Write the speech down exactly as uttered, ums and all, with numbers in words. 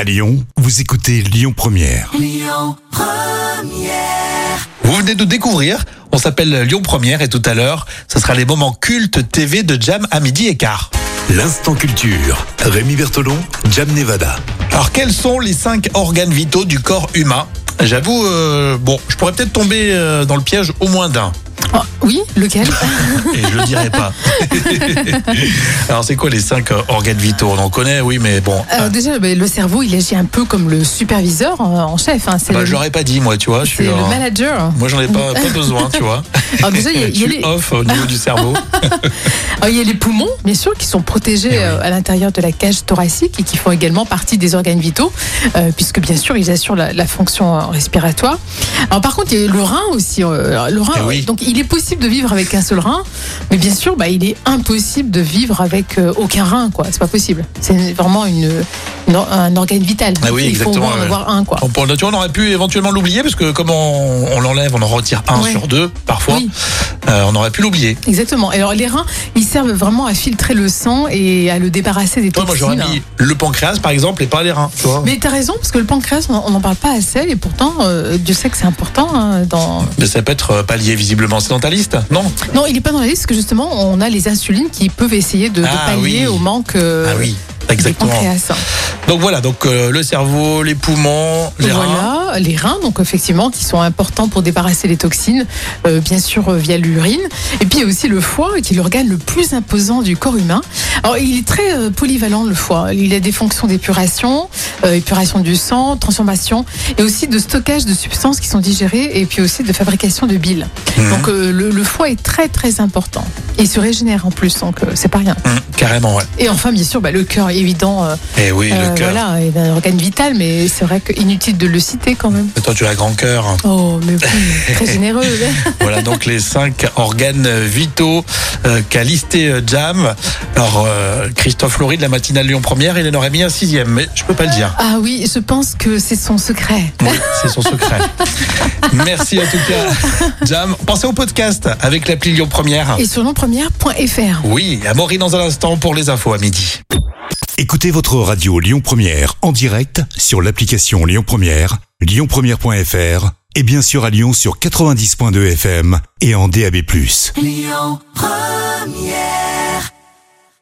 À Lyon, vous écoutez Lyon Première. Lyon Première. Vous venez de découvrir, on s'appelle Lyon Première et tout à l'heure, ce sera les moments cultes T V de Jam à midi et quart. L'instant culture. Rémi Bertolon, Jam Nevada. Alors quels sont les cinq organes vitaux du corps humain ? J'avoue, euh, bon, je pourrais peut-être tomber euh, dans le piège au moins d'un. Oh, oui, lequel? Et je le dirai pas. Alors c'est quoi les cinq euh, organes vitaux? On en connaît, oui, mais bon. euh, Déjà, bah, le cerveau, il agit un peu comme le superviseur en, en chef. Hein. C'est Bah, le, je l'aurais pas dit, moi, tu vois. Je c'est suis le en- manager. Moi, j'en ai pas, pas besoin, tu vois. Alors déjà, il y a, Je il y a suis les, off au niveau du cerveau. alors, il y a les poumons, bien sûr, qui sont protégés Eh oui. euh, à l'intérieur de la cage thoracique et qui font également partie des organes vitaux, euh, puisque bien sûr, ils assurent la, la fonction euh, respiratoire. Alors par contre, il y a le rein aussi. euh, alors, le rein, Eh oui. ouais, donc il est possible de vivre avec un seul rein, mais bien sûr, bah, il est impossible de vivre avec euh, aucun rein, quoi. C'est pas possible. C'est vraiment une, une- un organe vital. Ah oui, il faut au exactement, moins en ouais. avoir un, quoi. On, pour- tu vois, on aurait pu éventuellement l'oublier parce que comme on, on l'enlève, on en retire un Ouais. sur deux parfois. Oui. Euh, on aurait pu l'oublier. Exactement. Et alors les reins, ils servent vraiment à filtrer le sang et à le débarrasser des Ouais, moi, toxines. j'aurais mis le pancréas par exemple et pas les reins. Tu vois. Mais t'as raison, parce que le pancréas, on n'en parle pas assez, et pourtant, euh, Dieu sait que c'est important. Hein, dans... Mais ça peut être euh, pas lié visiblement. C'est dans ta liste? Non. Non, il n'est pas dans la liste, parce que justement, on a les insulines qui peuvent essayer de, de Ah, pallier oui. au manque euh, Ah oui, du exactement. pancréas. Donc voilà, donc euh, le cerveau, les poumons, les reins. Voilà, les reins, donc effectivement, qui sont importants pour débarrasser les toxines, euh, bien sûr euh, via l'urine. Et puis il y a aussi le foie, qui est l'organe le plus imposant du corps humain. Alors il est très euh, polyvalent, le foie. Il a des fonctions d'épuration, euh, épuration du sang, transformation, et aussi de stockage de substances qui sont digérées, et puis aussi de fabrication de bile. Mhm. Donc euh, le, le foie est très très important. Il se régénère en plus, donc euh, c'est pas rien. Hum, carrément, ouais. Et enfin, bien sûr, bah, le cœur, évident. euh, Et oui, euh, le cœur. Voilà, est un organe vital, mais c'est vrai qu'inutile de le citer quand même. Mais toi, tu as grand cœur. Oh, mais oui, très généreux. Voilà donc les cinq organes vitaux euh, qu'a listé euh, Jam. Alors euh, Christophe Laurie de la matinale Lyon Première, il en aurait mis un sixième, mais je peux pas le dire. Ah oui, je pense que c'est son secret. Oui, c'est son secret. Merci en tout cas, Jam. Pensez au podcast avec l'appli Lyon Première. Et sur lionpremière point f r. Oui, Amaury dans un instant pour les infos à midi. Écoutez votre radio Lyon Première en direct sur l'application Lyon Première, lyon première point f r et bien sûr à Lyon sur quatre-vingt-dix point deux F M et en D A B plus. Lyon Première.